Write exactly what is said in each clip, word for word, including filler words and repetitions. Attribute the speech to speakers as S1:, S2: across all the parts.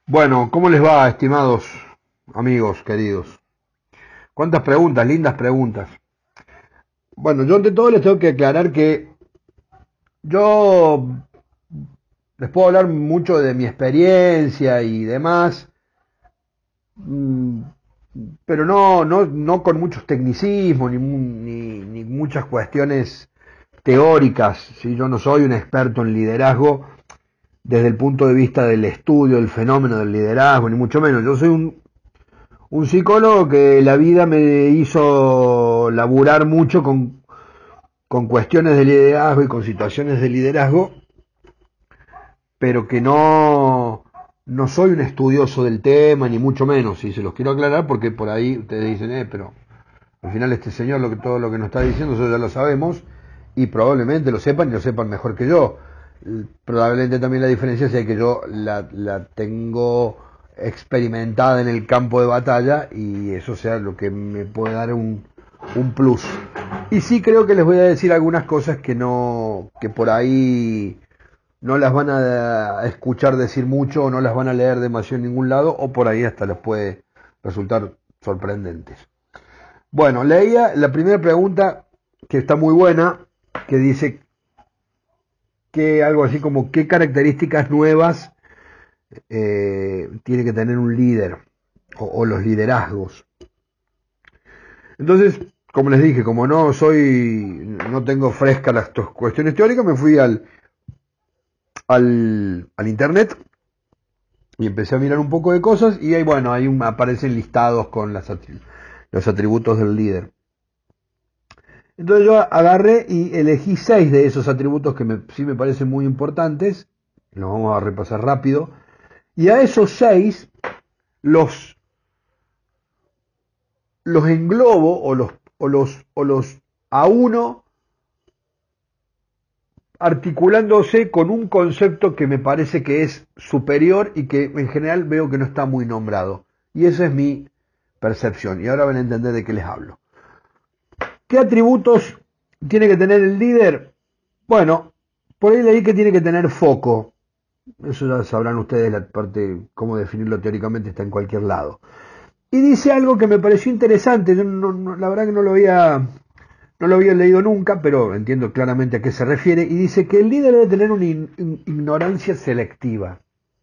S1: Bueno, ¿cómo les va, estimados amigos queridos? ¿Cuántas preguntas, lindas preguntas? Bueno, yo ante todo les tengo que aclarar que yo les puedo hablar mucho de mi experiencia y demás, mm, pero no, no, no con muchos tecnicismos ni, ni, ni muchas cuestiones teóricas. ¿Sí? Yo no soy un experto en liderazgo desde el punto de vista del estudio del fenómeno del liderazgo, ni mucho menos. Yo soy un Un psicólogo que la vida me hizo laburar mucho con, con cuestiones de liderazgo y con situaciones de liderazgo, pero que no, no soy un estudioso del tema, ni mucho menos, y se los quiero aclarar porque por ahí ustedes dicen, eh, pero al final este señor lo que, todo lo que nos está diciendo, nosotros ya lo sabemos, y probablemente lo sepan y lo sepan mejor que yo. Probablemente también la diferencia es que yo la, la tengo experimentada en el campo de batalla y eso sea lo que me puede dar un, un plus. Y sí creo que les voy a decir algunas cosas que no, que por ahí no las van a escuchar decir mucho o no las van a leer demasiado en ningún lado o por ahí hasta les puede resultar sorprendentes. Bueno, leía la primera pregunta que está muy buena, que dice que algo así como qué características nuevas eh, tiene que tener un líder o, o los liderazgos. Entonces, como les dije, como no soy, no tengo frescas las cuestiones teóricas, me fui al, al, al internet y empecé a mirar un poco de cosas y ahí, bueno, ahí aparecen listados con las, los atributos del líder. Entonces yo agarré y elegí seis de esos atributos que me, sí me parecen muy importantes, los vamos a repasar rápido, y a esos seis los, los englobo o los, o los, o los a uno articulándose con un concepto que me parece que es superior y que en general veo que no está muy nombrado. Y esa es mi percepción. Y ahora van a entender de qué les hablo. ¿Qué atributos tiene que tener el líder? Bueno, por ahí leí que tiene que tener foco. Eso ya sabrán ustedes, la parte, cómo definirlo teóricamente está en cualquier lado. Y dice algo que me pareció interesante. Yo no, no, la verdad que no lo había... No lo había leído nunca, pero entiendo claramente a qué se refiere, y dice que el líder debe tener una in, ignorancia selectiva.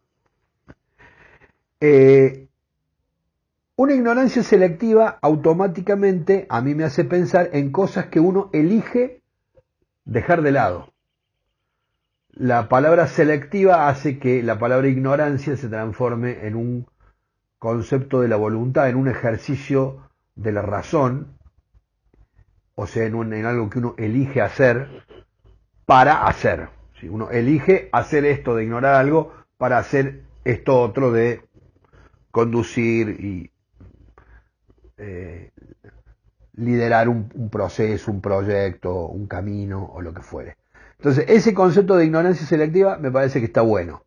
S1: Eh, una ignorancia selectiva automáticamente a mí me hace pensar en cosas que uno elige dejar de lado. La palabra selectiva hace que la palabra ignorancia se transforme en un concepto de la voluntad, en un ejercicio de la razón, o sea, en, un, en algo que uno elige hacer para hacer. Si uno elige hacer esto de ignorar algo para hacer esto otro de conducir y eh, liderar un, un proceso, un proyecto, un camino o lo que fuere. Entonces, ese concepto de ignorancia selectiva me parece que está bueno.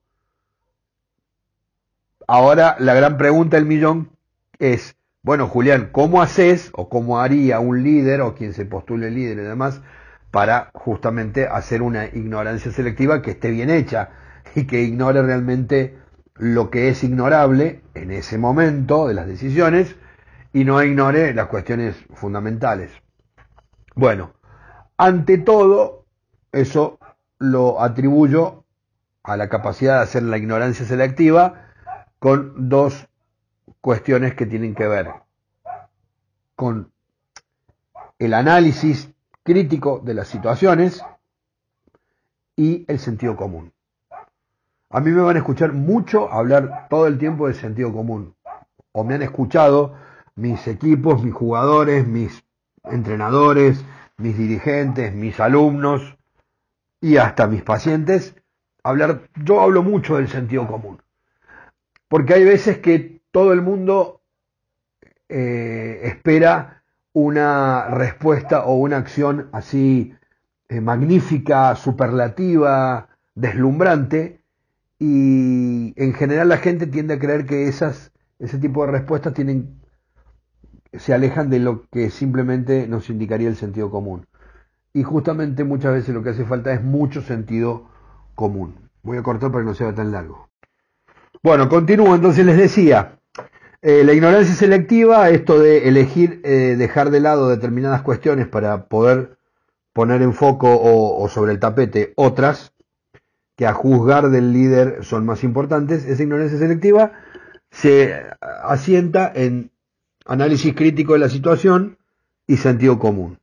S1: Ahora, la gran pregunta del millón es, bueno, Julián, ¿cómo haces o cómo haría un líder o quien se postule líder y demás para justamente hacer una ignorancia selectiva que esté bien hecha y que ignore realmente lo que es ignorable en ese momento de las decisiones y no ignore las cuestiones fundamentales? Bueno, ante todo, eso lo atribuyo a la capacidad de hacer la ignorancia selectiva con dos cuestiones que tienen que ver con el análisis crítico de las situaciones y el sentido común. A mí me van a escuchar mucho hablar todo el tiempo de sentido común, o me han escuchado mis equipos, mis jugadores, mis entrenadores, mis dirigentes, mis alumnos y hasta mis pacientes hablar. Yo hablo mucho del sentido común, porque hay veces que todo el mundo eh, espera una respuesta o una acción así eh, magnífica, superlativa, deslumbrante, y en general la gente tiende a creer que esas, ese tipo de respuestas tienen, se alejan de lo que simplemente nos indicaría el sentido común. Y justamente muchas veces lo que hace falta es mucho sentido común. Voy a cortar para que no sea tan largo. Bueno, continúo, entonces les decía, eh, la ignorancia selectiva, esto de elegir, eh, dejar de lado determinadas cuestiones para poder poner en foco o, o sobre el tapete otras, que a juzgar del líder son más importantes, esa ignorancia selectiva se asienta en análisis crítico de la situación y sentido común.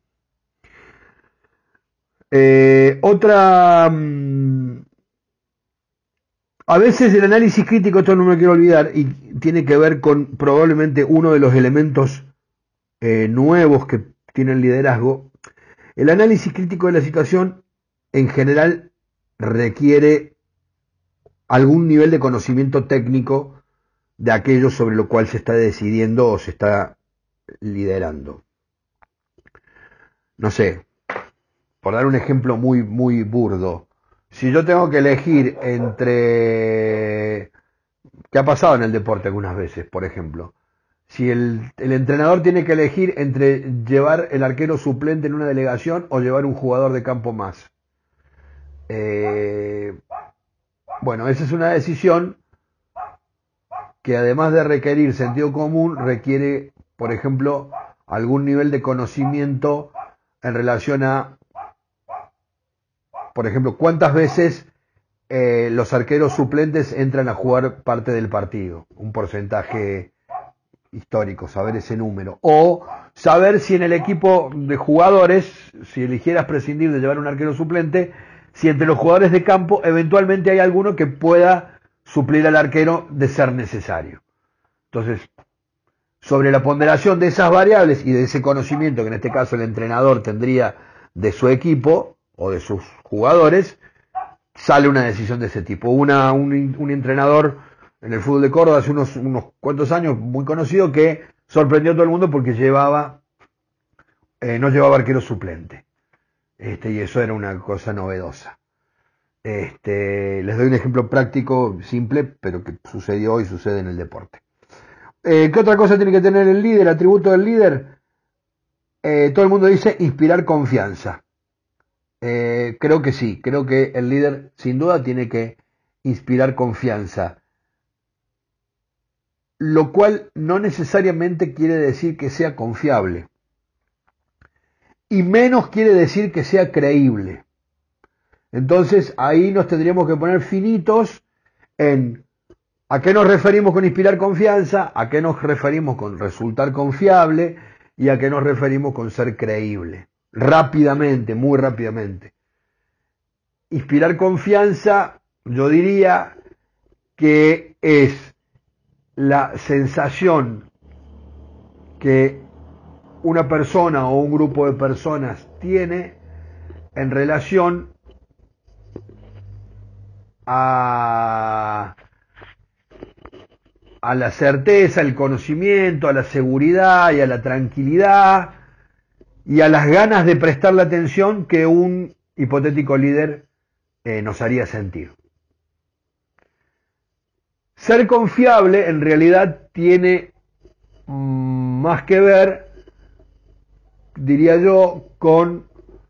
S1: Eh, otra... mm, a veces el análisis crítico, esto no me quiero olvidar, y tiene que ver con probablemente uno de los elementos eh, nuevos que tiene el liderazgo. El análisis crítico de la situación en general requiere algún nivel de conocimiento técnico de aquello sobre lo cual se está decidiendo o se está liderando. No sé, por dar un ejemplo muy, muy burdo, si yo tengo que elegir entre... ¿Qué ha pasado en el deporte algunas veces, por ejemplo? Si el, el entrenador tiene que elegir entre llevar el arquero suplente en una delegación o llevar un jugador de campo más. Eh, bueno, esa es una decisión que además de requerir sentido común, requiere, por ejemplo, algún nivel de conocimiento en relación a, por ejemplo, cuántas veces eh, los arqueros suplentes entran a jugar parte del partido, un porcentaje histórico, saber ese número, o saber si en el equipo de jugadores, si eligieras prescindir de llevar un arquero suplente, si entre los jugadores de campo eventualmente hay alguno que pueda suplir al arquero de ser necesario. Entonces, sobre la ponderación de esas variables y de ese conocimiento que en este caso el entrenador tendría de su equipo o de sus jugadores, sale una decisión de ese tipo. Una, un, un entrenador en el fútbol de Córdoba hace unos, unos cuantos años muy conocido que sorprendió a todo el mundo porque llevaba eh, no llevaba arquero suplente, este, y eso era una cosa novedosa. Este, les doy un ejemplo práctico, simple, pero que sucedió y sucede en el deporte. Eh, ¿Qué otra cosa tiene que tener el líder, el atributo del líder? Eh, todo el mundo dice inspirar confianza. Eh, creo que sí, creo que el líder sin duda tiene que inspirar confianza, lo cual no necesariamente quiere decir que sea confiable, y menos quiere decir que sea creíble. Entonces ahí nos tendríamos que poner finitos en a qué nos referimos con inspirar confianza, a qué nos referimos con resultar confiable y a qué nos referimos con ser creíble. Rápidamente, muy rápidamente. Inspirar confianza, yo diría que es la sensación que una persona o un grupo de personas tiene en relación a, a la certeza, el conocimiento, a la seguridad y a la tranquilidad y a las ganas de prestar la atención que un hipotético líder eh, nos haría sentir. Ser confiable en realidad tiene mm, más que ver, diría yo, con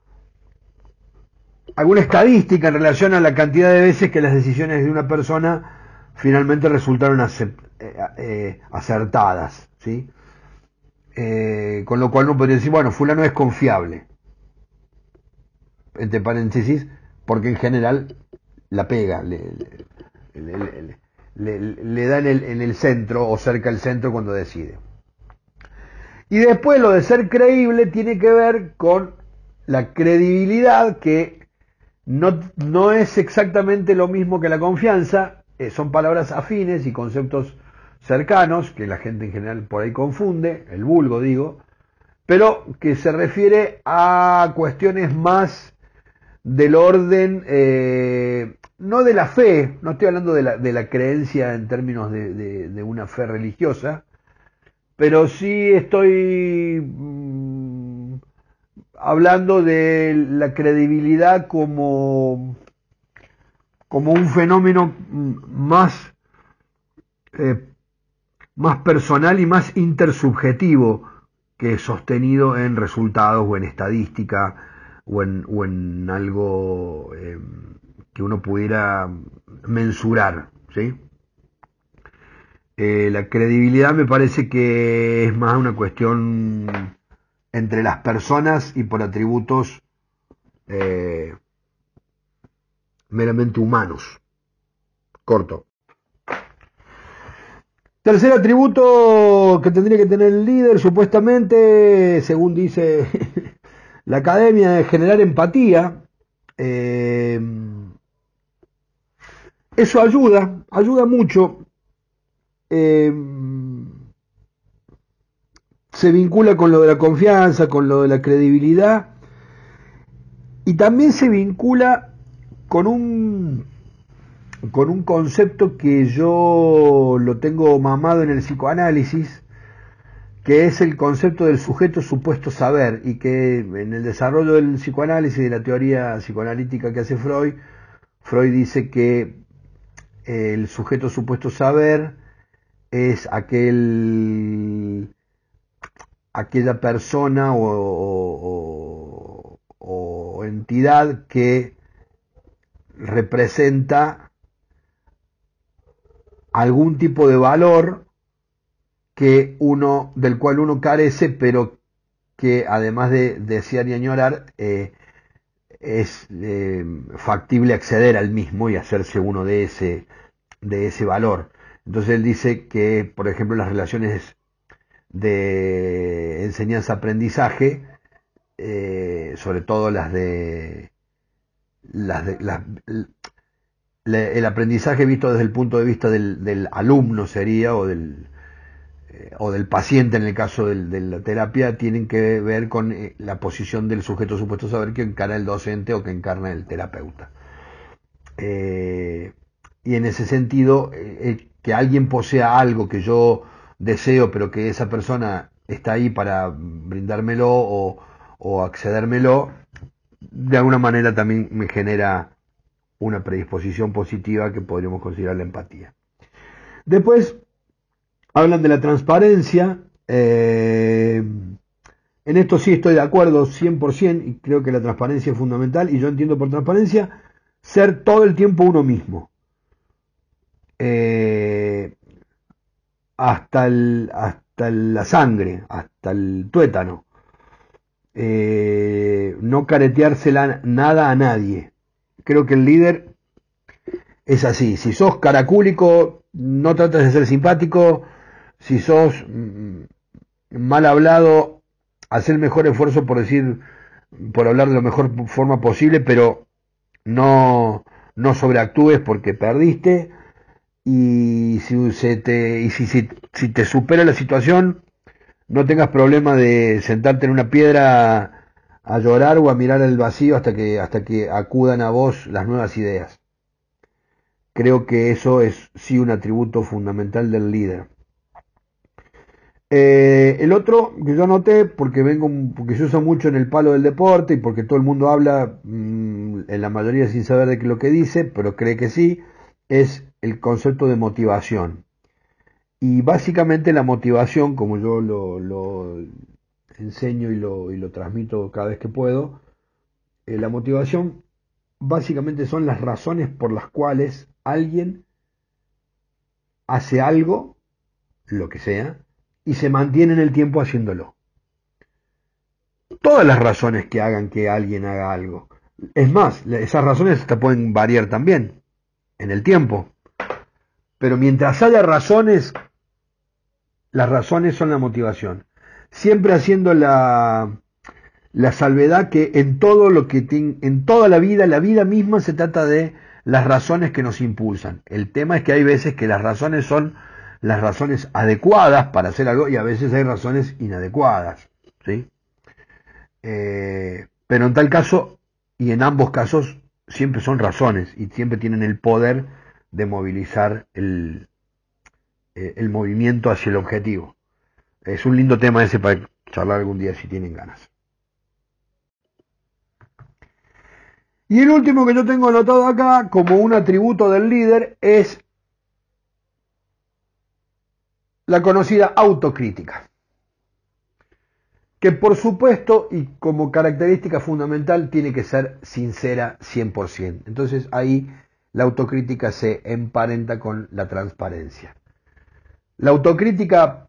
S1: alguna estadística en relación a la cantidad de veces que las decisiones de una persona finalmente resultaron acept, eh, eh, acertadas, ¿sí? Eh, con lo cual uno podría decir, bueno, fulano es confiable, entre paréntesis, porque en general la pega, le, le, le, le, le da en el, en el centro o cerca del centro cuando decide. Y después lo de ser creíble tiene que ver con la credibilidad, que no, no es exactamente lo mismo que la confianza, eh, son palabras afines y conceptos cercanos, que la gente en general por ahí confunde, el vulgo digo, pero que se refiere a cuestiones más del orden, eh, no de la fe, no estoy hablando de la, de la creencia en términos de, de, de una fe religiosa, pero sí estoy mmm, hablando de la credibilidad como, como un fenómeno más, eh, más personal y más intersubjetivo que sostenido en resultados o en estadística o en, o en algo eh, que uno pudiera mensurar, ¿sí? Eh, la credibilidad me parece que es más una cuestión entre las personas y por atributos eh, meramente humanos. Corto. Tercer atributo que tendría que tener el líder, supuestamente, según dice la academia, es generar empatía. Eh, eso ayuda, ayuda mucho. Eh, se vincula con lo de la confianza, con lo de la credibilidad, y también se vincula con un con un concepto que yo lo tengo mamado en el psicoanálisis, que es el concepto del sujeto supuesto saber, y que en el desarrollo del psicoanálisis, de la teoría psicoanalítica que hace Freud, Freud dice que el sujeto supuesto saber es aquel aquella persona o, o, o entidad que representa algún tipo de valor que uno, del cual uno carece, pero que además de desear y añorar, eh, es eh, factible acceder al mismo y hacerse uno de ese, de ese valor. Entonces él dice que, por ejemplo, las relaciones de enseñanza-aprendizaje, eh, sobre todo las de, las de las, el aprendizaje visto desde el punto de vista del, del alumno sería, o del, eh, o del paciente en el caso del, de la terapia, tienen que ver con eh, la posición del sujeto supuesto saber que encara el docente o que encarna el terapeuta. Eh, y en ese sentido, eh, que alguien posea algo que yo deseo, pero que esa persona está ahí para brindármelo o, o accedérmelo, de alguna manera también me genera una predisposición positiva que podríamos considerar la empatía. Después hablan de la transparencia. Eh, en esto sí estoy de acuerdo cien por ciento, y creo que la transparencia es fundamental, y yo entiendo por transparencia ser todo el tiempo uno mismo. Eh, hasta, el, hasta la sangre, hasta el tuétano. Eh, no careteársela nada a nadie. Creo que el líder es así. Si sos caracúlico, no tratas de ser simpático. Si sos mm, mal hablado, haz el mejor esfuerzo por decir, por hablar de la mejor forma posible, pero no, no sobreactúes porque perdiste. Y si se te, y si, si, si te supera la situación, no tengas problema de sentarte en una piedra a llorar o a mirar el vacío hasta que, hasta que acudan a vos las nuevas ideas. Creo que eso es sí un atributo fundamental del líder. Eh, el otro que yo anoté, porque vengo, porque se usa mucho en el palo del deporte y porque todo el mundo habla mmm, en la mayoría sin saber de qué lo que dice, pero cree que sí, es el concepto de motivación. Y básicamente la motivación, como yo lo, lo enseño y lo, y lo transmito cada vez que puedo, eh, la motivación básicamente son las razones por las cuales alguien hace algo, lo que sea, y se mantiene en el tiempo haciéndolo. Todas las razones que hagan que alguien haga algo. Es más, esas razones hasta pueden variar también en el tiempo. Pero mientras haya razones, las razones son la motivación. Siempre haciendo la, la salvedad que en todo lo que en toda la vida, la vida misma se trata de las razones que nos impulsan. El tema es que hay veces que las razones son las razones adecuadas para hacer algo y a veces hay razones inadecuadas, ¿sí? Eh, pero en tal caso, y en ambos casos, siempre son razones y siempre tienen el poder de movilizar el, eh, el movimiento hacia el objetivo. Es un lindo tema ese para charlar algún día si tienen ganas. Y el último que yo tengo anotado acá como un atributo del líder es la conocida autocrítica, que por supuesto y como característica fundamental tiene que ser sincera cien por ciento. Entonces ahí la autocrítica se emparenta con la transparencia. La autocrítica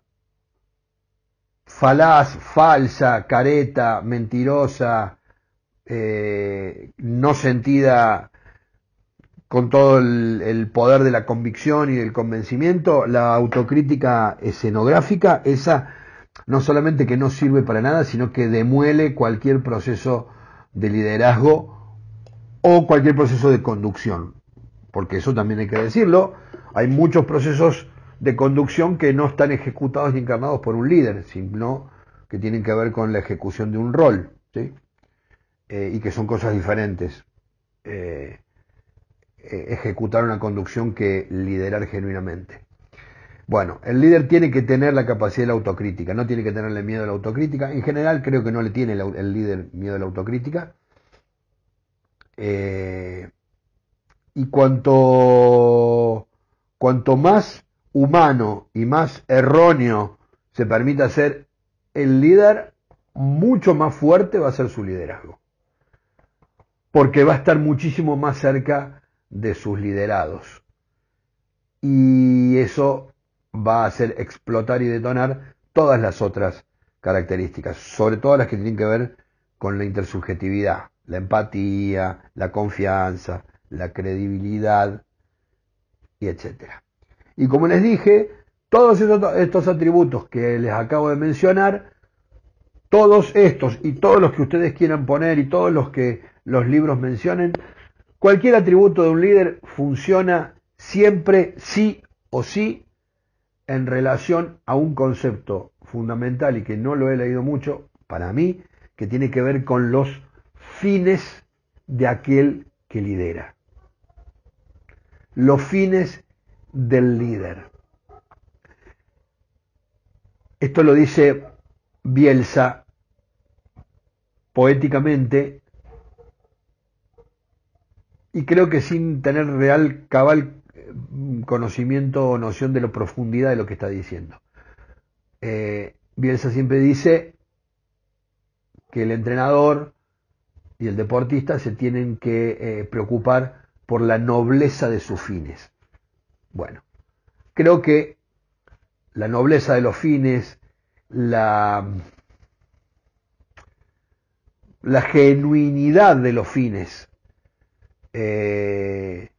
S1: falaz, falsa, careta, mentirosa, eh, no sentida con todo el, el poder de la convicción y del convencimiento, la autocrítica escenográfica, esa no solamente que no sirve para nada, sino que demuele cualquier proceso de liderazgo o cualquier proceso de conducción, porque eso también hay que decirlo, hay muchos procesos de conducción que no están ejecutados y encarnados por un líder, sino que tienen que ver con la ejecución de un rol, ¿sí? Eh, y que son cosas diferentes. Eh, ejecutar una conducción que liderar genuinamente. Bueno, el líder tiene que tener la capacidad de la autocrítica, no tiene que tenerle miedo a la autocrítica. En general creo que no le tiene el, el líder miedo a la autocrítica. Eh, y cuanto, cuanto más humano y más erróneo se permita ser el líder, mucho más fuerte va a ser su liderazgo. Porque va a estar muchísimo más cerca de sus liderados. Y eso va a hacer explotar y detonar todas las otras características, sobre todo las que tienen que ver con la intersubjetividad, la empatía, la confianza, la credibilidad, y etcétera. Y como les dije, todos estos, estos atributos que les acabo de mencionar, todos estos y todos los que ustedes quieran poner y todos los que los libros mencionen, cualquier atributo de un líder funciona siempre, sí o sí, en relación a un concepto fundamental y que no lo he leído mucho, para mí, que tiene que ver con los fines de aquel que lidera. Los fines del líder. Esto lo dice Bielsa poéticamente, y creo que sin tener real, cabal conocimiento o noción de la profundidad de lo que está diciendo. Eh, Bielsa siempre dice que el entrenador y el deportista se tienen que eh, preocupar por la nobleza de sus fines. Bueno, creo que la nobleza de los fines, la, la genuinidad de los fines, eh,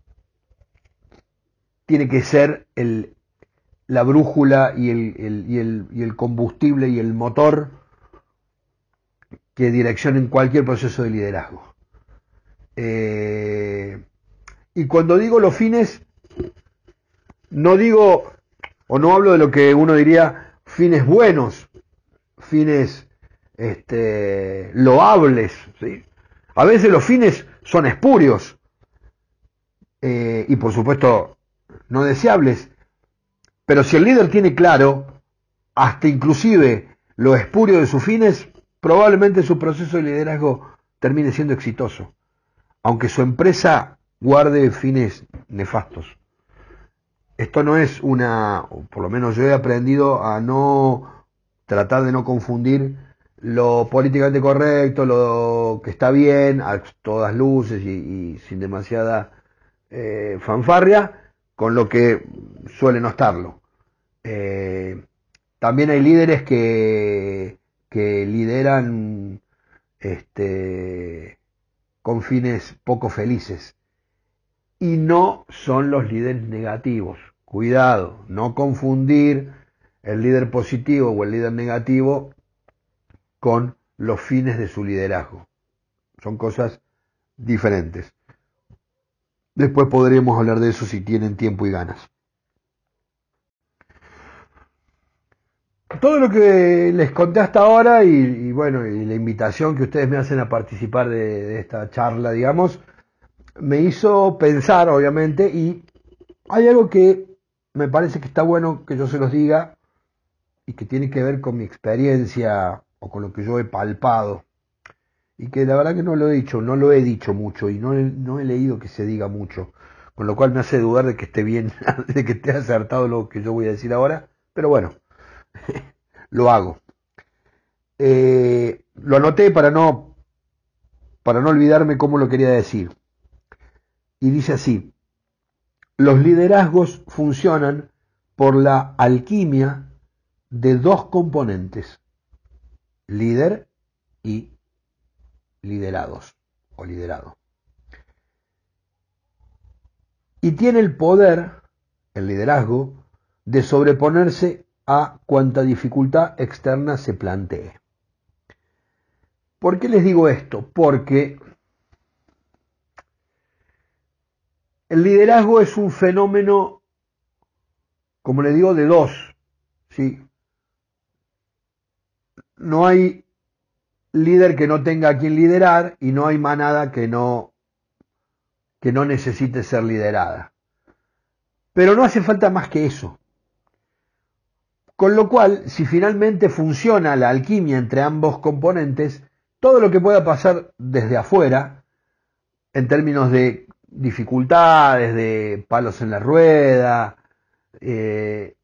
S1: tiene que ser el, la brújula y el, el, y, el, y el combustible y el motor que direccionen cualquier proceso de liderazgo. Eh, y cuando digo los fines, no digo o no hablo de lo que uno diría fines buenos, fines este, loables, ¿sí? A veces los fines son espurios eh, y por supuesto no deseables, pero si el líder tiene claro hasta inclusive lo espurio de sus fines, probablemente su proceso de liderazgo termine siendo exitoso, aunque su empresa guarde fines nefastos. Esto no es una, por lo menos yo he aprendido a no tratar de no confundir lo políticamente correcto, lo que está bien, a todas luces y, y sin demasiada eh, fanfarria, con lo que suele no estarlo. Eh, también hay líderes que, que lideran este, con fines poco felices. Y no son los líderes negativos. Cuidado, no confundir el líder positivo o el líder negativo con los fines de su liderazgo. Son cosas diferentes. Después podremos hablar de eso si tienen tiempo y ganas. Todo lo que les conté hasta ahora y, y bueno, y la invitación que ustedes me hacen a participar de, de esta charla, digamos, me hizo pensar, obviamente, y hay algo que me parece que está bueno que yo se los diga y que tiene que ver con mi experiencia o con lo que yo he palpado y que la verdad que no lo he dicho, no lo he dicho mucho y no he, no he leído que se diga mucho, con lo cual me hace dudar de que esté bien, de que esté acertado lo que yo voy a decir ahora, pero bueno, lo hago. Eh, lo anoté para no, para no olvidarme cómo lo quería decir. Y dice así: los liderazgos funcionan por la alquimia de dos componentes, líder y liderados o liderado. Y tiene el poder, el liderazgo, de sobreponerse a cuanta dificultad externa se plantee. ¿Por qué les digo esto? Porque el liderazgo es un fenómeno, como le digo, de dos, ¿sí? No hay líder que no tenga a quien liderar y no hay manada que no, que no necesite ser liderada. Pero no hace falta más que eso. Con lo cual, si finalmente funciona la alquimia entre ambos componentes, todo lo que pueda pasar desde afuera, en términos de dificultades, de palos en la rueda, eh,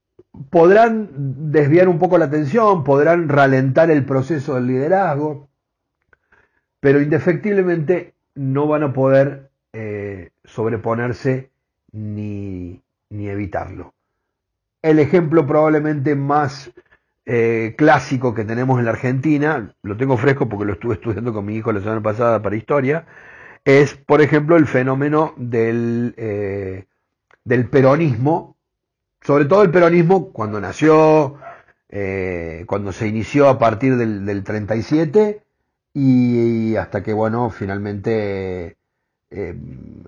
S1: podrán desviar un poco la atención, podrán ralentar el proceso del liderazgo, pero indefectiblemente no van a poder eh, sobreponerse ni, ni evitarlo. El ejemplo probablemente más eh, clásico que tenemos en la Argentina, lo tengo fresco porque lo estuve estudiando con mi hijo la semana pasada para historia, es, por ejemplo, el fenómeno del, eh, del peronismo, sobre todo el peronismo cuando nació, eh, cuando se inició a partir del, del treinta y siete y, y hasta que, bueno, finalmente eh,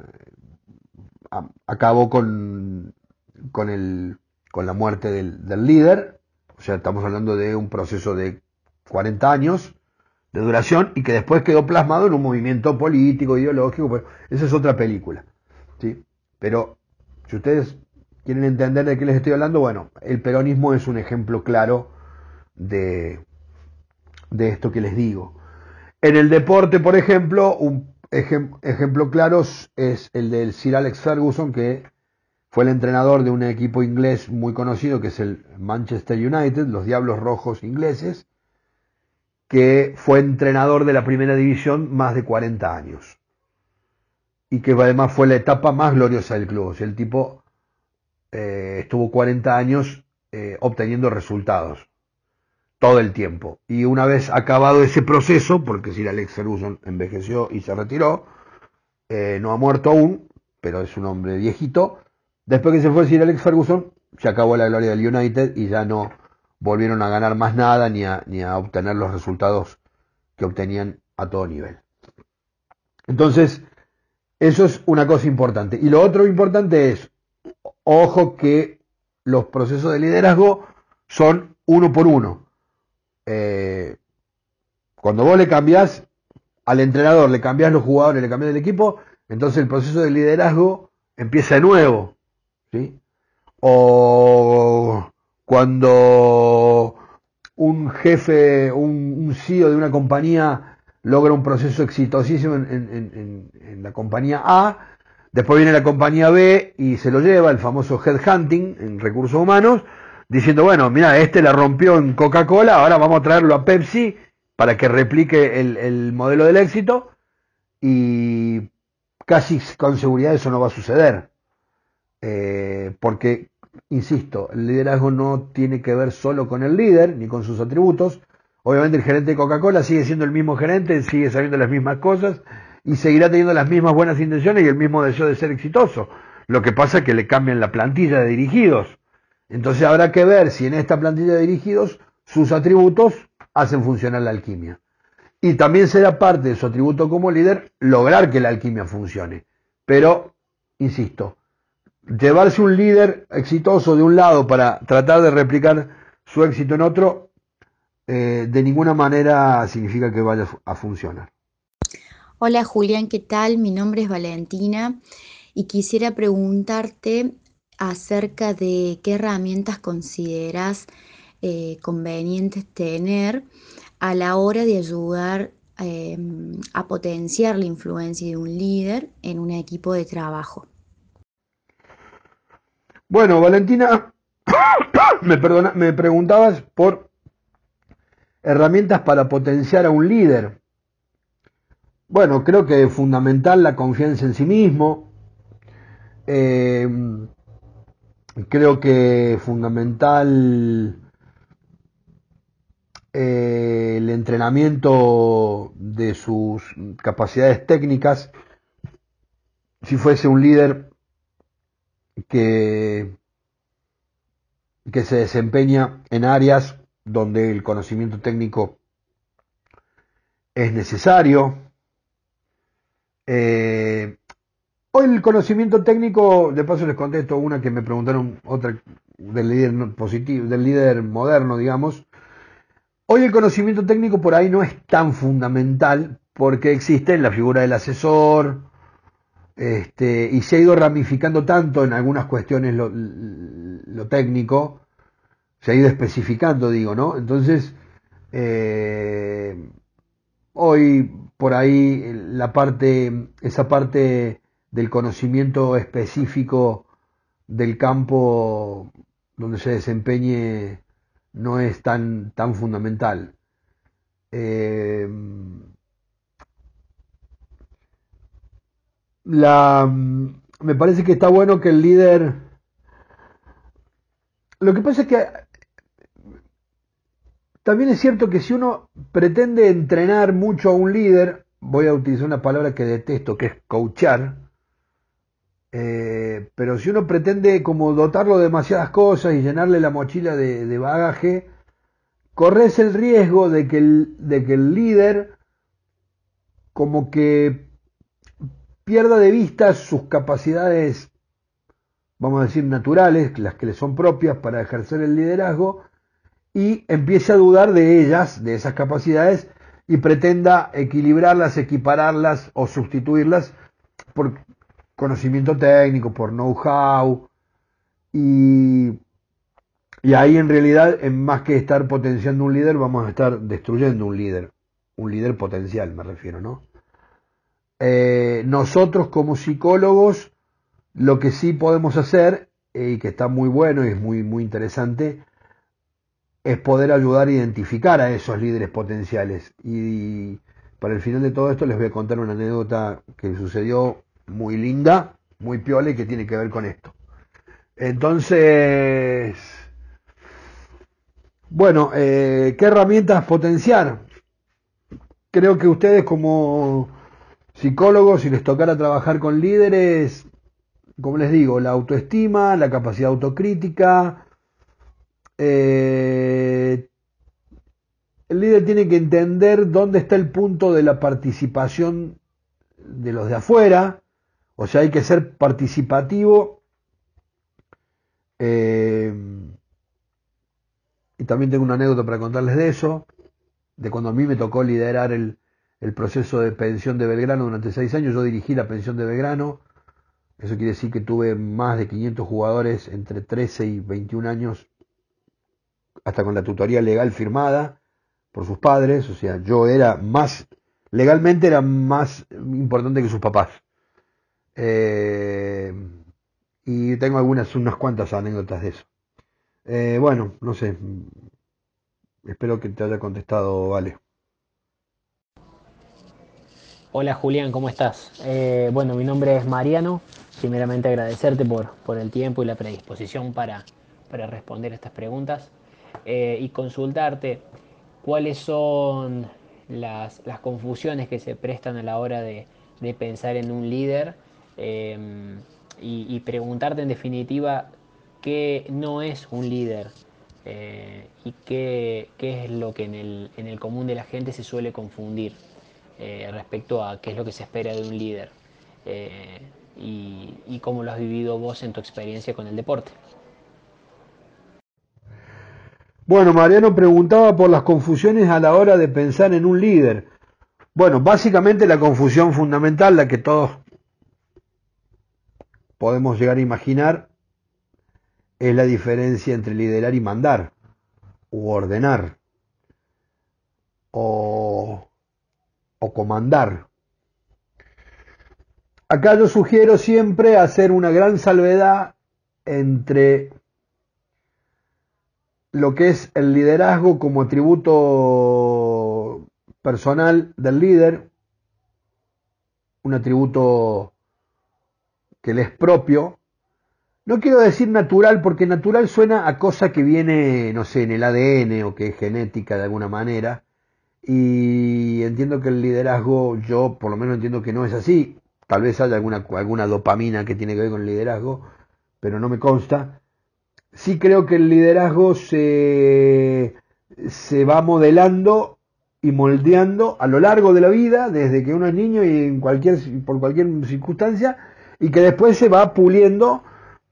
S1: a, acabó con, con, el, con la muerte del, del líder. O sea, estamos hablando de un proceso de cuarenta años de duración y que después quedó plasmado en un movimiento político, ideológico, pero esa es otra película, ¿sí? Pero si ustedes quieren entender de qué les estoy hablando, bueno, el peronismo es un ejemplo claro de, de esto que les digo. En el deporte, por ejemplo, un ejem, ejemplo claro es el del Sir Alex Ferguson, que fue el entrenador de un equipo inglés muy conocido, que es el Manchester United, los Diablos Rojos ingleses, que fue entrenador de la primera división más de cuarenta años. Y que además fue la etapa más gloriosa del club. O sea, el tipo eh, estuvo cuarenta años eh, obteniendo resultados. Todo el tiempo. Y una vez acabado ese proceso, porque Sir Alex Ferguson envejeció y se retiró, eh, no ha muerto aún, pero es un hombre viejito. Después que se fue Sir Alex Ferguson, se acabó la gloria del United y ya no volvieron a ganar más nada ni a, ni a obtener los resultados que obtenían a todo nivel. Entonces, eso es una cosa importante. Y lo otro importante es, ojo que los procesos de liderazgo son uno por uno. Eh, cuando vos le cambiás al entrenador, le cambiás los jugadores, le cambiás el equipo, entonces el proceso de liderazgo empieza de nuevo, ¿sí? O cuando un jefe, un, un C E O de una compañía logra un proceso exitosísimo en, en, en, en la compañía A, después viene la compañía B y se lo lleva, el famoso headhunting en recursos humanos, diciendo, bueno, mira, este la rompió en Coca-Cola, ahora vamos a traerlo a Pepsi para que replique el, el modelo del éxito, y casi con seguridad eso no va a suceder. Eh, porque, insisto, el liderazgo no tiene que ver solo con el líder, ni con sus atributos. Obviamente el gerente de Coca-Cola sigue siendo el mismo gerente, sigue sabiendo las mismas cosas, y seguirá teniendo las mismas buenas intenciones y el mismo deseo de ser exitoso. Lo que pasa es que le cambian la plantilla de dirigidos. Entonces habrá que ver si en esta plantilla de dirigidos sus atributos hacen funcionar la alquimia. Y también será parte de su atributo como líder lograr que la alquimia funcione. Pero, insisto, llevarse un líder exitoso de un lado para tratar de replicar su éxito en otro, eh, de ninguna manera significa que vaya a funcionar.
S2: Hola Julián, ¿qué tal? Mi nombre es Valentina y quisiera preguntarte acerca de qué herramientas consideras eh, convenientes tener a la hora de ayudar eh, a potenciar la influencia de un líder en un equipo de trabajo.
S1: Bueno, Valentina, me, perdona, me preguntabas por herramientas para potenciar a un líder. Bueno, creo que es fundamental la confianza en sí mismo, eh, Creo que fundamental eh, el entrenamiento de sus capacidades técnicas. Si fuese un líder que, que se desempeña en áreas donde el conocimiento técnico es necesario. Eh, hoy el conocimiento técnico, de paso les contesto una que me preguntaron, otra del líder positivo, del líder moderno, digamos. Hoy el conocimiento técnico por ahí no es tan fundamental porque existe la figura del asesor, este, y se ha ido ramificando tanto en algunas cuestiones lo, lo técnico, se ha ido especificando, digo, ¿no? Entonces, eh, hoy por ahí la parte, esa parte del conocimiento específico del campo donde se desempeñe no es tan, tan fundamental. Eh, la, me parece que está bueno que el líder... Lo que pasa es que también es cierto que si uno pretende entrenar mucho a un líder, voy a utilizar una palabra que detesto, que es coachar, eh, pero si uno pretende como dotarlo de demasiadas cosas y llenarle la mochila de, de bagaje, corres el riesgo de que el, de que el líder como que pierda de vista sus capacidades, vamos a decir, naturales, las que le son propias para ejercer el liderazgo, y empiece a dudar de ellas, de esas capacidades, y pretenda equilibrarlas, equipararlas o sustituirlas por conocimiento técnico, por know-how, y, y ahí en realidad, en más que estar potenciando un líder, vamos a estar destruyendo un líder, un líder potencial me refiero, ¿no? Eh, nosotros como psicólogos, lo que sí podemos hacer, eh, y que está muy bueno y es muy, muy interesante, es poder ayudar a identificar a esos líderes potenciales. Y para el final de todo esto les voy a contar una anécdota que sucedió muy linda, muy piola y que tiene que ver con esto. Entonces, bueno, eh, ¿qué herramientas potenciar? Creo que ustedes como psicólogos, si les tocara trabajar con líderes, como les digo, la autoestima, la capacidad autocrítica, eh, el líder tiene que entender dónde está el punto de la participación de los de afuera, o sea, hay que ser participativo. Eh, y también tengo una anécdota para contarles de eso, de cuando a mí me tocó liderar el, el proceso de pensión de Belgrano durante seis años. Yo dirigí la pensión de Belgrano. Eso quiere decir que tuve más de quinientos jugadores entre trece y veintiún años, hasta con la tutoría legal firmada por sus padres. O sea, yo era más, legalmente era más importante que sus papás. Eh, y tengo algunas, unas cuantas anécdotas de eso. Eh, bueno, no sé, espero que te haya contestado, vale.
S3: Hola Julián, ¿cómo estás? Eh, bueno, mi nombre es Mariano. Primeramente agradecerte por, por el tiempo y la predisposición para, para responder estas preguntas, eh, y consultarte cuáles son las, las confusiones que se prestan a la hora de, de pensar en un líder, eh, y, y preguntarte en definitiva qué no es un líder, eh, y qué, qué es lo que en el, en el común de la gente se suele confundir, eh, respecto a qué es lo que se espera de un líder, eh, y, y cómo lo has vivido vos en tu experiencia con el deporte.
S1: Bueno, Mariano preguntaba por las confusiones a la hora de pensar en un líder. Bueno, básicamente la confusión fundamental, la que todos podemos llegar a imaginar, es la diferencia entre liderar y mandar, u ordenar, o, o comandar. Acá yo sugiero siempre hacer una gran salvedad entre lo que es el liderazgo como atributo personal del líder, un atributo que le es propio, no quiero decir natural, porque natural suena a cosa que viene, no sé, en el A D N o que es genética de alguna manera. Y entiendo que el liderazgo, yo por lo menos entiendo que no es así. Tal vez haya alguna, alguna dopamina que tiene que ver con el liderazgo, pero no me consta. Sí creo que el liderazgo se, se va modelando y moldeando a lo largo de la vida, desde que uno es niño y en cualquier, por cualquier circunstancia, y que después se va puliendo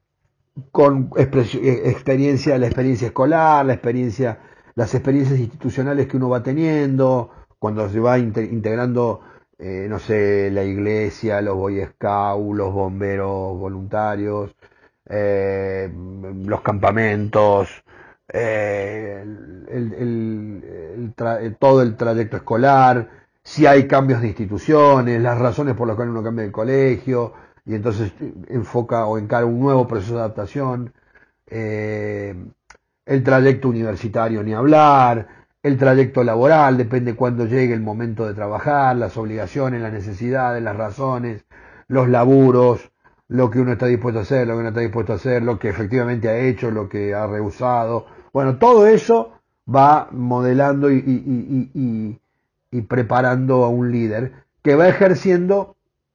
S1: con experiencia, la experiencia escolar, la experiencia, las experiencias institucionales que uno va teniendo, cuando se va integrando, eh, no sé, la iglesia, los Boy Scouts, los bomberos voluntarios, eh, los campamentos, eh, el, el, el tra todo el trayecto escolar, si hay cambios de instituciones, las razones por las cuales uno cambia de colegio, y entonces enfoca o encara un nuevo proceso de adaptación, eh, el trayecto universitario ni hablar, el trayecto laboral, depende cuándo llegue el momento de trabajar, las obligaciones, las necesidades, las razones, los laburos, lo que uno está dispuesto a hacer, lo que no está dispuesto a hacer, lo que efectivamente ha hecho, lo que ha rehusado. Bueno, todo eso va modelando y, y, y, y, y preparando a un líder que va ejerciendo,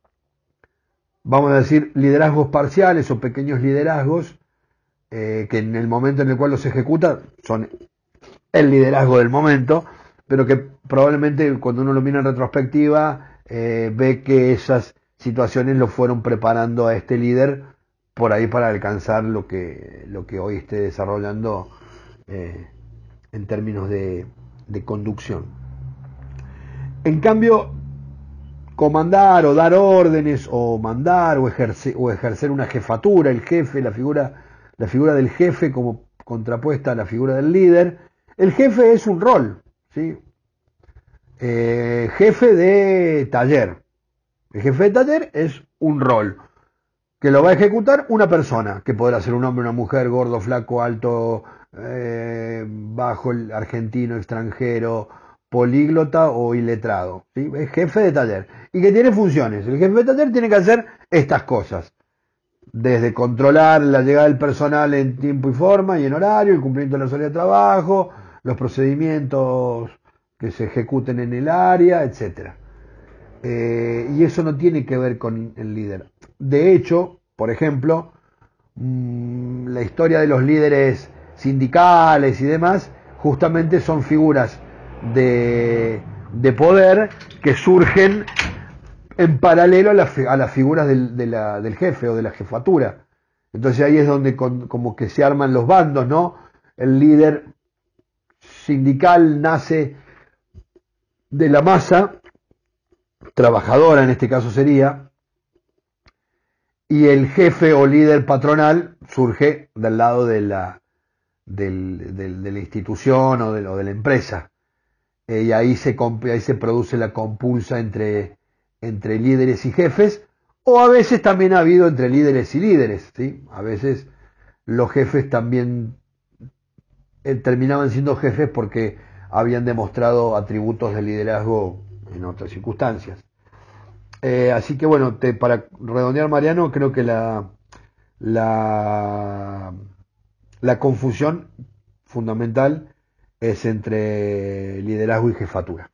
S1: vamos a decir, liderazgos parciales o pequeños liderazgos, eh, que en el momento en el cual los ejecuta son el liderazgo del momento, pero que probablemente cuando uno lo mira en retrospectiva, eh, ve que esas situaciones lo fueron preparando a este líder por ahí para alcanzar lo que, lo que hoy esté desarrollando eh, en términos de, de conducción. En cambio, comandar o dar órdenes o mandar o ejercer, o ejercer una jefatura, el jefe, la figura, la figura del jefe como contrapuesta a la figura del líder. El jefe es un rol, ¿sí? Eh, jefe de taller. El jefe de taller es un rol que lo va a ejecutar una persona, que podrá ser un hombre, una mujer, gordo, flaco, alto, eh, bajo, argentino, extranjero, políglota o iletrado, ¿sí? Es jefe de taller y que tiene funciones. El jefe de taller tiene que hacer estas cosas, desde controlar la llegada del personal en tiempo y forma y en horario, el cumplimiento de la salida de trabajo, los procedimientos que se ejecuten en el área, etcétera. Eh, y eso no tiene que ver con el líder. De hecho, por ejemplo, mmm, la historia de los líderes sindicales y demás, justamente son figuras de, de poder que surgen en paralelo a, la, a las figuras del, de la, del jefe o de la jefatura. Entonces ahí es donde con, como que se arman los bandos, ¿no? El líder sindical nace de la masa trabajadora, en este caso sería, y el jefe o líder patronal surge del lado de la, del, del, de la institución o de, o de la empresa. Eh, y ahí se, ahí se produce la compulsa entre, entre líderes y jefes, o a veces también ha habido entre líderes y líderes, ¿sí? A veces los jefes también eh, terminaban siendo jefes porque habían demostrado atributos de liderazgo en otras circunstancias. Eh, así que bueno, te, para redondear, Mariano, creo que la, la, la confusión fundamental es entre liderazgo y jefatura.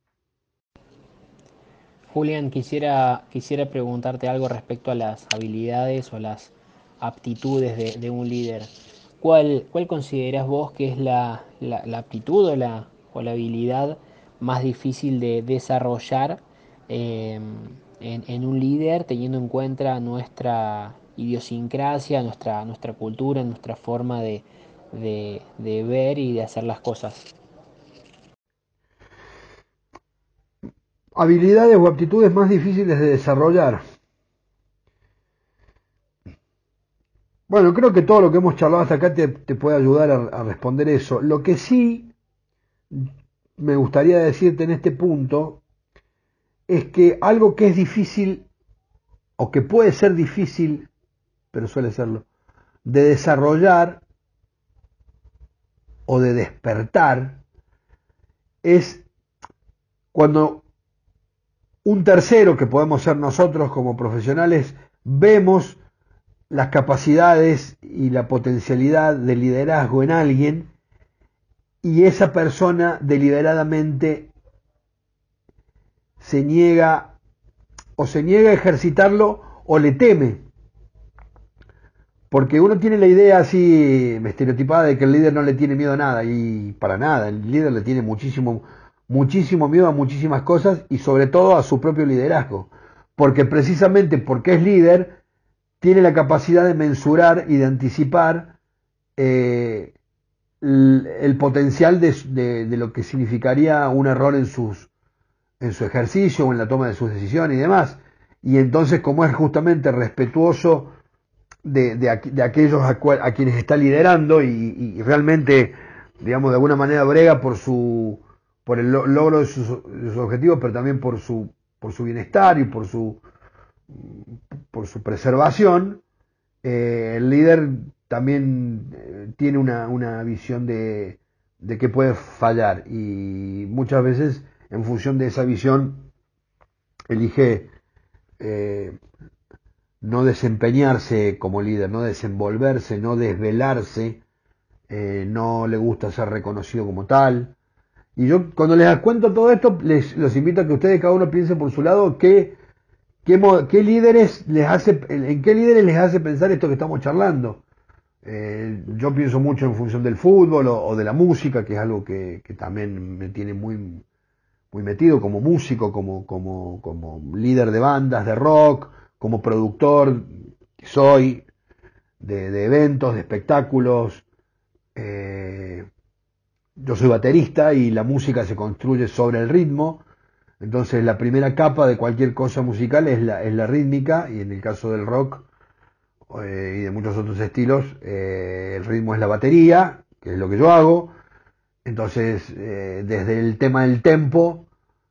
S3: Julián, quisiera, quisiera preguntarte algo respecto a las habilidades o las aptitudes de, de un líder. ¿Cuál, cuál considerás vos que es la, la, la aptitud o la, o la habilidad más difícil de desarrollar eh, en, en un líder, teniendo en cuenta nuestra idiosincrasia, nuestra, nuestra cultura, nuestra forma de, de, de ver y de hacer las cosas?
S1: Habilidades o aptitudes más difíciles de desarrollar. Bueno, creo que todo lo que hemos charlado hasta acá te, te puede ayudar a, a responder eso. Lo que sí me gustaría decirte en este punto es que algo que es difícil, o que puede ser difícil, pero suele serlo, de desarrollar o de despertar, es cuando un tercero, que podemos ser nosotros como profesionales, vemos las capacidades y la potencialidad de liderazgo en alguien y esa persona deliberadamente se niega o se niega a ejercitarlo o le teme. Porque uno tiene la idea así estereotipada de que el líder no le tiene miedo a nada, y para nada, el líder le tiene muchísimo, muchísimo miedo a muchísimas cosas y sobre todo a su propio liderazgo. Porque precisamente porque es líder, tiene la capacidad de mensurar y de anticipar eh, el, el potencial de, de, de lo que significaría un error en, sus, en su ejercicio o en la toma de sus decisiones y demás. Y entonces, como es justamente respetuoso de, de, de aquellos a, cual, a quienes está liderando y, y realmente, digamos, de alguna manera brega por su por el logro de sus, de sus objetivos, pero también por su por su bienestar y por su por su preservación, eh, el líder también eh, tiene una, una visión de, de que puede fallar y muchas veces en función de esa visión elige eh, no desempeñarse como líder, no desenvolverse, no desvelarse, eh, no le gusta ser reconocido como tal. Y yo cuando les cuento todo esto, les los invito a que ustedes cada uno piense por su lado qué, qué, qué líderes les hace, en qué líderes les hace pensar esto que estamos charlando. Eh, yo pienso mucho en función del fútbol o, o de la música, que es algo que, que también me tiene muy, muy metido como músico, como, como, como líder de bandas de rock, como productor que soy, de, de eventos, de espectáculos. Eh, yo soy baterista y la música se construye sobre el ritmo, entonces la primera capa de cualquier cosa musical es la, es la rítmica, y en el caso del rock eh, y de muchos otros estilos, eh, el ritmo es la batería, que es lo que yo hago. Entonces, eh, desde el tema del tempo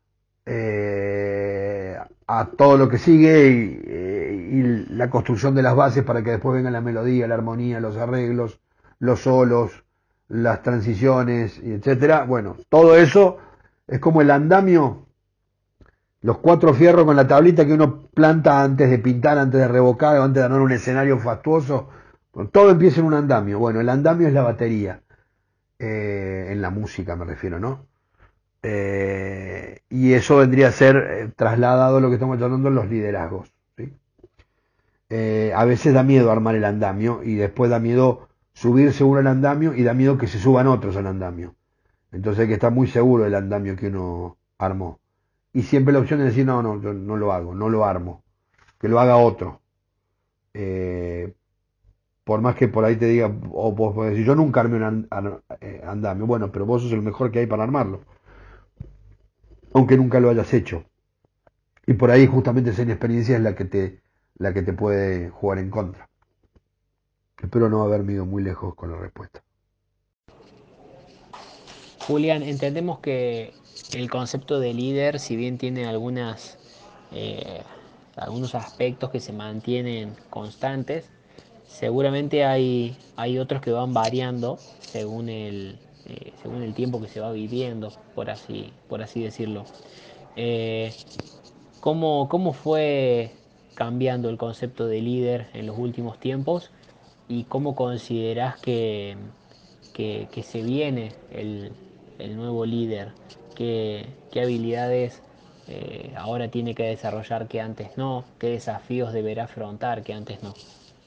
S1: eh, a todo lo que sigue y, eh, y la construcción de las bases para que después venga la melodía, la armonía, los arreglos, los solos, las transiciones, etcétera. Bueno, todo eso es como el andamio, los cuatro fierros con la tablita que uno planta antes de pintar, antes de revocar, antes de armar un escenario fastuoso. Todo empieza en un andamio. Bueno, el andamio es la batería, eh, en la música me refiero, ¿no? Eh, y eso vendría a ser eh, trasladado a lo que estamos hablando en los liderazgos, ¿sí? Eh, a veces da miedo armar el andamio y después da miedo subirse uno al andamio y da miedo que se suban otros al andamio. Entonces hay que estar muy seguro del andamio que uno armó. Y siempre la opción es decir, no, no, yo no lo hago, no lo armo, que lo haga otro. Eh, por más que por ahí te diga, o vos podés decir, yo nunca armé un andamio. Bueno, pero vos sos el mejor que hay para armarlo, aunque nunca lo hayas hecho. Y por ahí justamente esa inexperiencia es la que te, la que te puede jugar en contra. Espero no haberme ido muy lejos con la respuesta.
S3: Julián, entendemos que el concepto de líder, si bien tiene algunas, eh, algunos aspectos que se mantienen constantes, seguramente hay, hay otros que van variando según el, eh, según el tiempo que se va viviendo, por así, por así decirlo. Eh, ¿cómo, ¿Cómo fue cambiando el concepto de líder en los últimos tiempos y cómo considerás que, que, que se viene el, el nuevo líder? ¿Qué, qué habilidades eh, ahora tiene que desarrollar que antes no? ¿Qué desafíos deberá afrontar que antes no?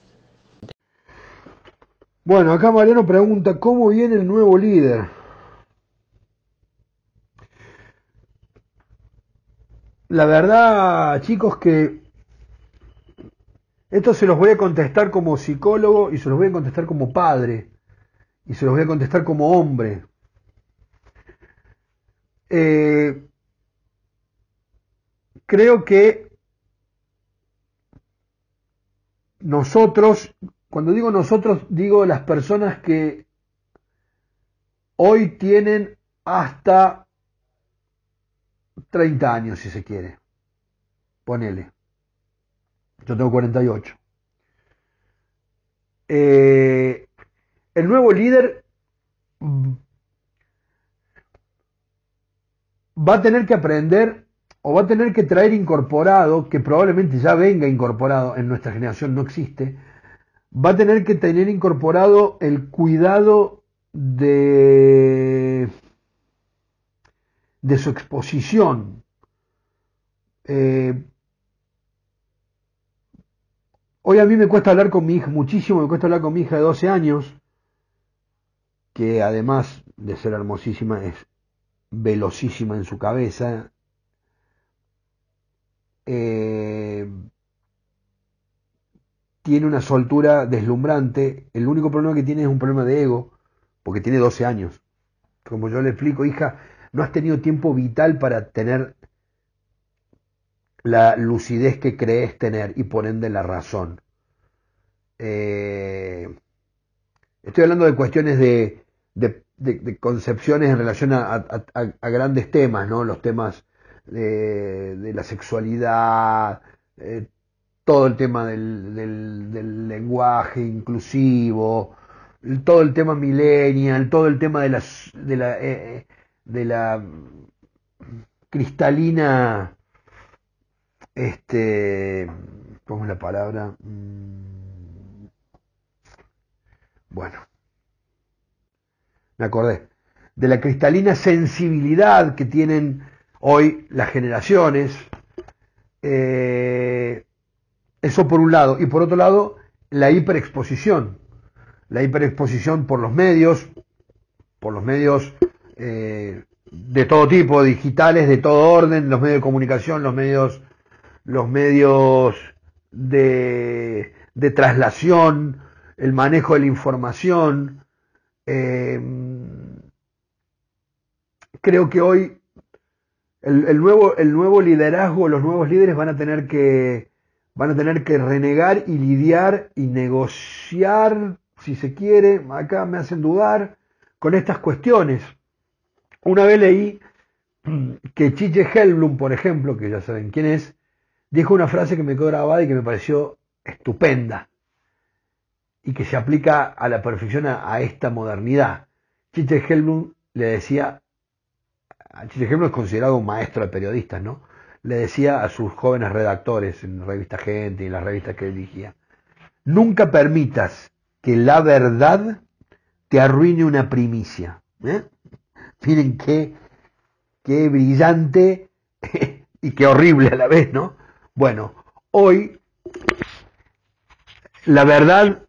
S1: Bueno, acá Mariano pregunta, ¿cómo viene el nuevo líder? La verdad, chicos, que esto se los voy a contestar como psicólogo y se los voy a contestar como padre y se los voy a contestar como hombre. Eh, creo que nosotros, cuando digo nosotros, digo las personas que hoy tienen hasta treinta años, si se quiere. Ponele. Yo tengo cuarenta y ocho. Eh, el nuevo líder va a tener que aprender o va a tener que traer incorporado, que probablemente ya venga incorporado, en nuestra generación no existe, va a tener que tener incorporado el cuidado de, de su exposición. Eh, hoy a mí me cuesta hablar con mi hija, muchísimo me cuesta hablar con mi hija de doce años, que además de ser hermosísima es velocísima en su cabeza. Eh, tiene una soltura deslumbrante. El único problema que tiene es un problema de ego, porque tiene doce años. Como yo le explico, hija, no has tenido tiempo vital para tener la lucidez que crees tener y por ende la razón. Eh, estoy hablando de cuestiones de, de, de, de concepciones en relación a, a, a, a grandes temas, ¿no? Los temas de, de la sexualidad, eh, todo el tema del, del, del lenguaje inclusivo, todo el tema millennial, todo el tema de, las, de, la, eh, de la cristalina, este, ¿cómo es la palabra? Bueno, me acordé, de la cristalina sensibilidad que tienen hoy las generaciones. Eh, eso por un lado, y por otro lado, la hiperexposición. La hiperexposición por los medios, por los medios eh, de todo tipo, digitales, de todo orden, los medios de comunicación, los medios, los medios de, de traslación, el manejo de la información. Eh, creo que hoy el, el, nuevo, el nuevo liderazgo, los nuevos líderes van a tener que van a tener que renegar y lidiar y negociar, si se quiere, acá me hacen dudar, con estas cuestiones. Una vez leí que Chiche Hellblum, por ejemplo, que ya saben quién es, dijo una frase que me quedó grabada y que me pareció estupenda y que se aplica a la perfección a, a esta modernidad. Chiche Hellblum le decía, Chiche Hellblum es considerado un maestro de periodistas, ¿no? Le decía a sus jóvenes redactores en Revista Gente y en las revistas que él dirigía: nunca permitas que la verdad te arruine una primicia. ¿Eh? Miren qué, qué brillante y qué horrible a la vez, ¿no? Bueno, hoy la verdad,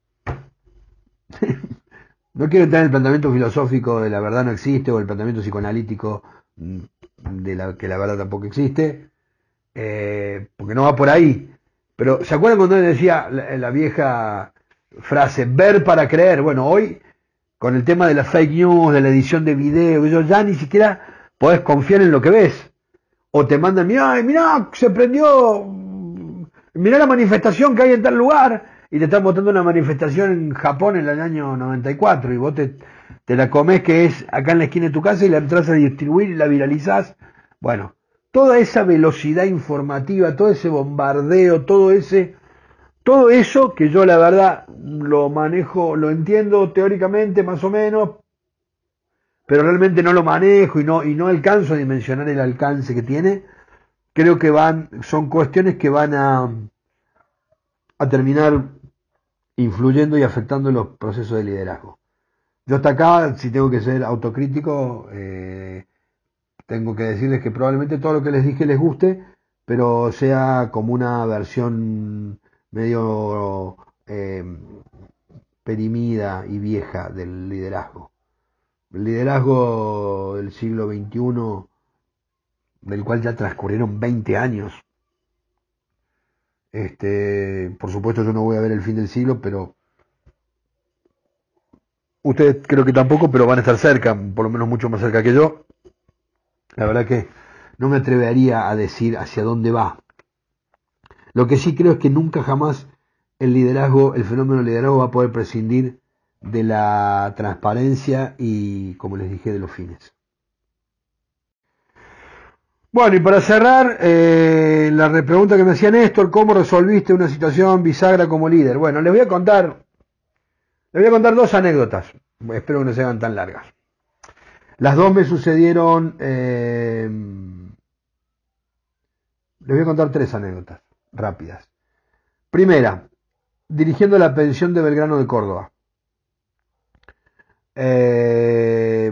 S1: no quiero entrar en el planteamiento filosófico de la verdad no existe o el planteamiento psicoanalítico de la que la verdad tampoco existe, eh, porque no va por ahí. Pero ¿se acuerdan cuando él decía la, la vieja frase, ver para creer? Bueno, hoy con el tema de la fake news, de la edición de video, yo ya ni siquiera podés confiar en lo que ves. O te mandan, mirá, mirá, se prendió, mirá la manifestación que hay en tal lugar, y te están mostrando una manifestación en Japón en el año noventa y cuatro, y vos te, te la comés que es acá en la esquina de tu casa y la entras a distribuir y la viralizás. Bueno, toda esa velocidad informativa, todo ese bombardeo, todo ese... Todo eso que yo la verdad lo manejo, lo entiendo teóricamente más o menos, pero realmente no lo manejo y no, y no alcanzo a dimensionar el alcance que tiene. Creo que van, son cuestiones que van a, a terminar influyendo y afectando los procesos de liderazgo. Yo hasta acá, si tengo que ser autocrítico, eh, tengo que decirles que probablemente todo lo que les dije les guste, pero sea como una versión medio eh, perimida y vieja del liderazgo. El liderazgo del siglo veintiuno, del cual ya transcurrieron veinte años. Este, por supuesto yo no voy a ver el fin del siglo, pero ustedes creo que tampoco, pero van a estar cerca, por lo menos mucho más cerca que yo. La verdad que no me atrevería a decir hacia dónde va. Lo que sí creo es que nunca jamás el liderazgo, el fenómeno del liderazgo va a poder prescindir de la transparencia y, como les dije, de los fines. Bueno, y para cerrar, eh, la pregunta que me hacía Néstor, ¿cómo resolviste una situación bisagra como líder? Bueno, les voy a contar, les voy a contar dos anécdotas, espero que no sean tan largas. Las dos me sucedieron, eh, les voy a contar tres anécdotas rápidas. Primera, dirigiendo la pensión de Belgrano de Córdoba. Eh,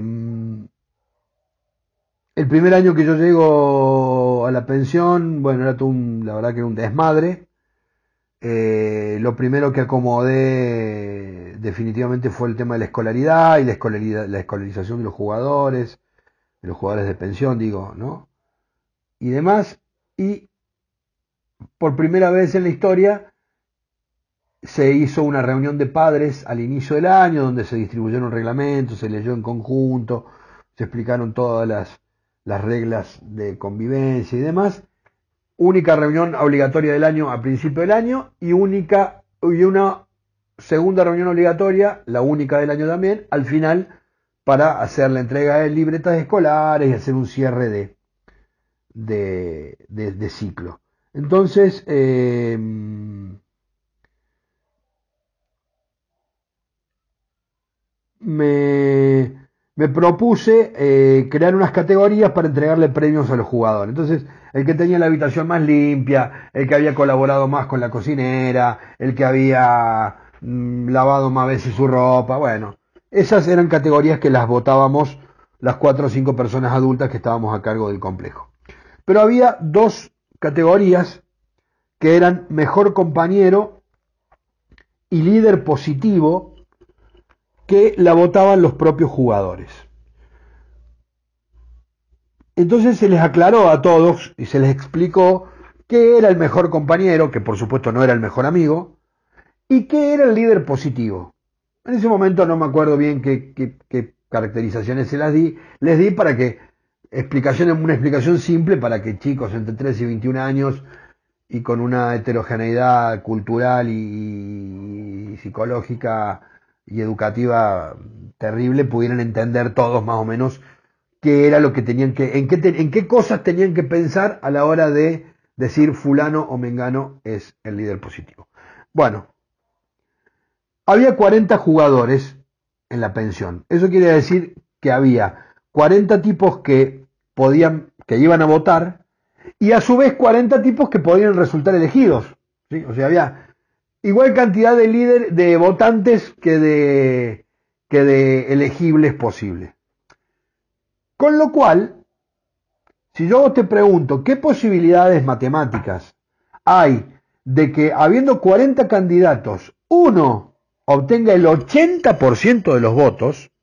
S1: el primer año que yo llego a la pensión, bueno, era todo un, la verdad que era un desmadre. Eh, lo primero que acomodé definitivamente fue el tema de la escolaridad y la escolaridad, la escolarización de los jugadores, de los jugadores de pensión, digo, ¿no? Y demás. Y por primera vez en la historia se hizo una reunión de padres al inicio del año donde se distribuyeron reglamentos, se leyó en conjunto, se explicaron todas las, las reglas de convivencia y demás. Única reunión obligatoria del año a principio del año y única y una segunda reunión obligatoria, la única del año también, al final para hacer la entrega de libretas escolares y hacer un cierre de, de, de, de ciclo. Entonces, eh, me, me propuse eh, crear unas categorías para entregarle premios a los jugadores. Entonces, el que tenía la habitación más limpia, el que había colaborado más con la cocinera, el que había mmm, lavado más veces su ropa, bueno, esas eran categorías que las votábamos las cuatro o cinco personas adultas que estábamos a cargo del complejo. Pero había dos categorías que eran mejor compañero y líder positivo, que la votaban los propios jugadores. Entonces se les aclaró a todos y se les explicó qué era el mejor compañero, que por supuesto no era el mejor amigo, y qué era el líder positivo. En ese momento no me acuerdo bien qué, qué, qué caracterizaciones se las di, les di para que explicación, una explicación simple para que chicos entre trece y veintiún años y con una heterogeneidad cultural y, y psicológica y educativa terrible pudieran entender todos más o menos qué era lo que tenían que, en qué, te, en qué cosas tenían que pensar a la hora de decir fulano o mengano es el líder positivo. Bueno, había cuarenta jugadores en la pensión. Eso quiere decir que había cuarenta tipos que podían, que iban a votar, y a su vez cuarenta tipos que podían resultar elegidos, ¿sí? O sea, había igual cantidad de líderes, de votantes que de, que de elegibles posibles. Con lo cual, si yo te pregunto qué posibilidades matemáticas hay de que habiendo cuarenta candidatos, uno obtenga el ochenta por ciento de los votos,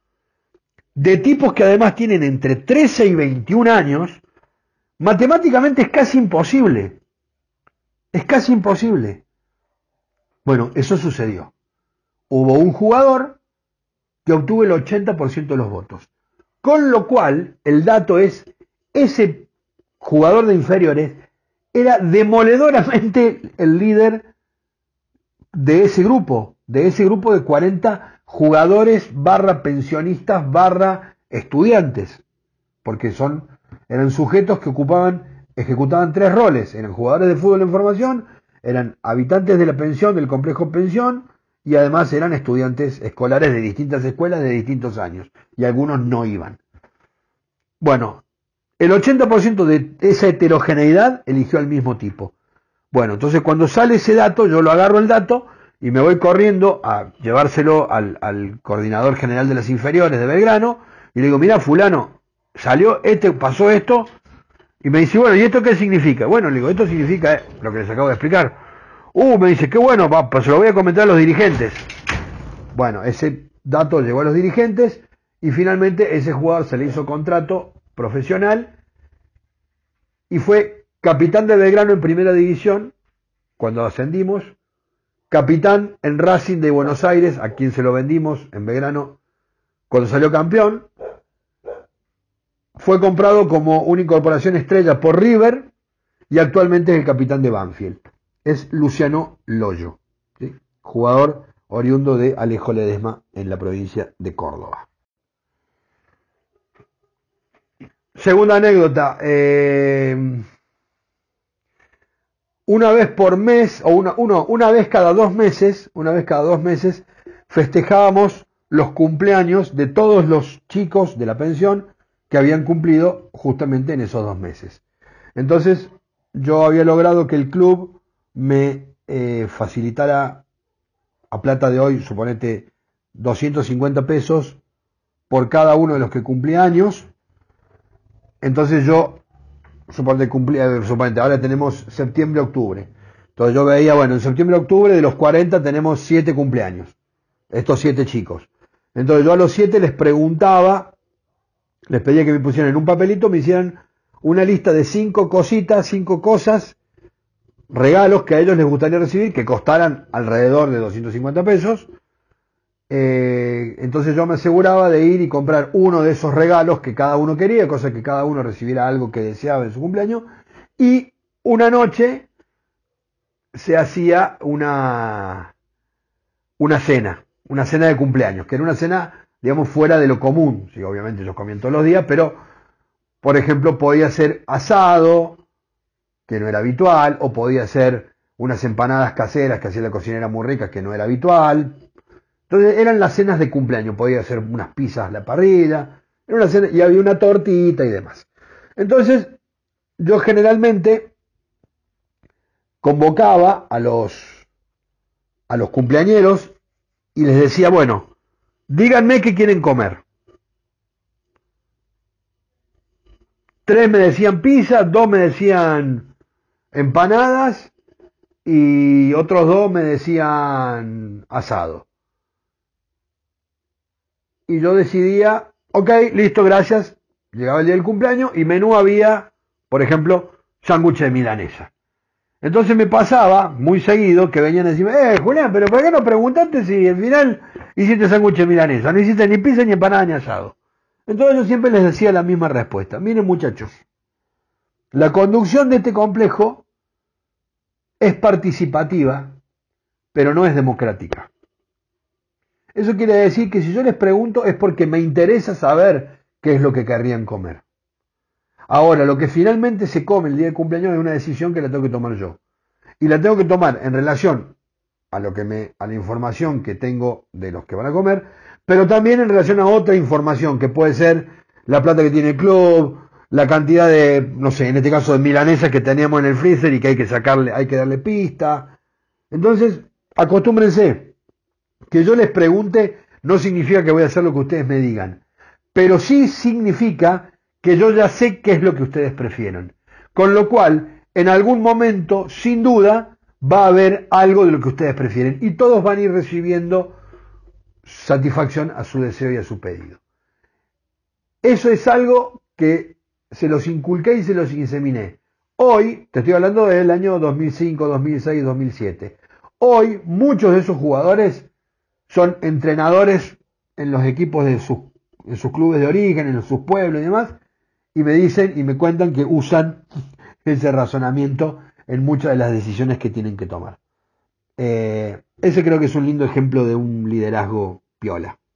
S1: de tipos que además tienen entre trece y veintiún años, matemáticamente es casi imposible. Es casi imposible. Bueno, eso sucedió. Hubo un jugador que obtuvo el ochenta por ciento de los votos. Con lo cual, el dato es, ese jugador de inferiores era demoledoramente el líder de ese grupo, de ese grupo de cuarenta jugadores barra pensionistas barra estudiantes, porque son, eran sujetos que ocupaban, ejecutaban tres roles, eran jugadores de fútbol en formación, eran habitantes de la pensión, del complejo pensión, y además eran estudiantes escolares de distintas escuelas de distintos años, y algunos no iban. Bueno, el ochenta por ciento de esa heterogeneidad eligió al mismo tipo. Bueno, entonces cuando sale ese dato, yo lo agarro el dato y me voy corriendo a llevárselo al, al coordinador general de las inferiores de Belgrano, y le digo, mira, fulano, salió este, pasó esto, y me dice, bueno, ¿y esto qué significa? Bueno, le digo, esto significa eh, lo que les acabo de explicar. Uh, me dice, qué bueno, va, pues se lo voy a comentar a los dirigentes. Bueno, ese dato llegó a los dirigentes y finalmente ese jugador se le hizo contrato profesional y fue capitán de Belgrano en primera división cuando ascendimos, capitán en Racing de Buenos Aires, a quien se lo vendimos en Belgrano cuando salió campeón, fue comprado como una incorporación estrella por River y actualmente es el capitán de Banfield. Es Luciano Loyo, ¿sí? Jugador oriundo de Alejo Ledesma en la provincia de Córdoba. Segunda anécdota, eh, una vez por mes, o una, uno, una vez cada dos meses, una vez cada dos meses, festejábamos los cumpleaños de todos los chicos de la pensión que habían cumplido justamente en esos dos meses. Entonces, yo había logrado que el club me eh, facilitara a plata de hoy, suponete, doscientos cincuenta pesos por cada uno de los que cumplía años. Entonces yo, suponete, cumplía, suponete, ahora tenemos septiembre, octubre. Entonces yo veía, bueno, en septiembre, octubre, de los cuarenta tenemos siete cumpleaños. Estos siete chicos. Entonces yo a los siete les preguntaba, les pedía que me pusieran en un papelito, me hicieran una lista de cinco cositas, cinco cosas, regalos que a ellos les gustaría recibir, que costaran alrededor de doscientos cincuenta pesos. Eh, entonces yo me aseguraba de ir y comprar uno de esos regalos que cada uno quería, cosa que cada uno recibiera algo que deseaba en su cumpleaños, y una noche se hacía una, una cena, una cena de cumpleaños, que era una cena, digamos, fuera de lo común. Sí, obviamente ellos comían todos los días, pero, por ejemplo, podía ser asado, que no era habitual, o podía ser unas empanadas caseras que hacía la cocinera muy ricas, que no era habitual. Entonces eran las cenas de cumpleaños, podía ser unas pizzas a la parrilla, era una cena, y había una tortita y demás. Entonces yo generalmente convocaba a los, a los cumpleañeros y les decía, bueno, díganme qué quieren comer. Tres me decían pizza, dos me decían empanadas y otros dos me decían asado. Y yo decidía, ok, listo, gracias. Llegaba el día del cumpleaños y menú había, por ejemplo, sándwich de milanesa. Entonces me pasaba muy seguido que venían a decirme, eh, Julián, pero ¿por qué no preguntaste si al final hiciste sándwich de milanesa? No hiciste ni pizza, ni empanada, ni asado. Entonces yo siempre les decía la misma respuesta. Miren, muchachos, la conducción de este complejo es participativa, pero no es democrática. Eso quiere decir que si yo les pregunto es porque me interesa saber qué es lo que querrían comer. Ahora, lo que finalmente se come el día de cumpleaños es una decisión que la tengo que tomar yo. Y la tengo que tomar en relación a lo que me, a la información que tengo de los que van a comer, pero también en relación a otra información, que puede ser la plata que tiene el club, la cantidad de, no sé, en este caso de milanesas que teníamos en el freezer y que hay que sacarle, hay que darle pista. Entonces, acostúmbrense. Que yo les pregunte no significa que voy a hacer lo que ustedes me digan, pero sí significa que yo ya sé qué es lo que ustedes prefieren. Con lo cual, en algún momento, sin duda, va a haber algo de lo que ustedes prefieren y todos van a ir recibiendo satisfacción a su deseo y a su pedido. Eso es algo que se los inculqué y se los inseminé. Hoy, te estoy hablando del año dos mil cinco, dos mil seis, dos mil siete. Hoy, muchos de esos jugadores son entrenadores en los equipos de sus, en sus clubes de origen, en sus pueblos y demás, y me dicen y me cuentan que usan ese razonamiento en muchas de las decisiones que tienen que tomar. Eh, ese creo que es un lindo ejemplo de un liderazgo piola.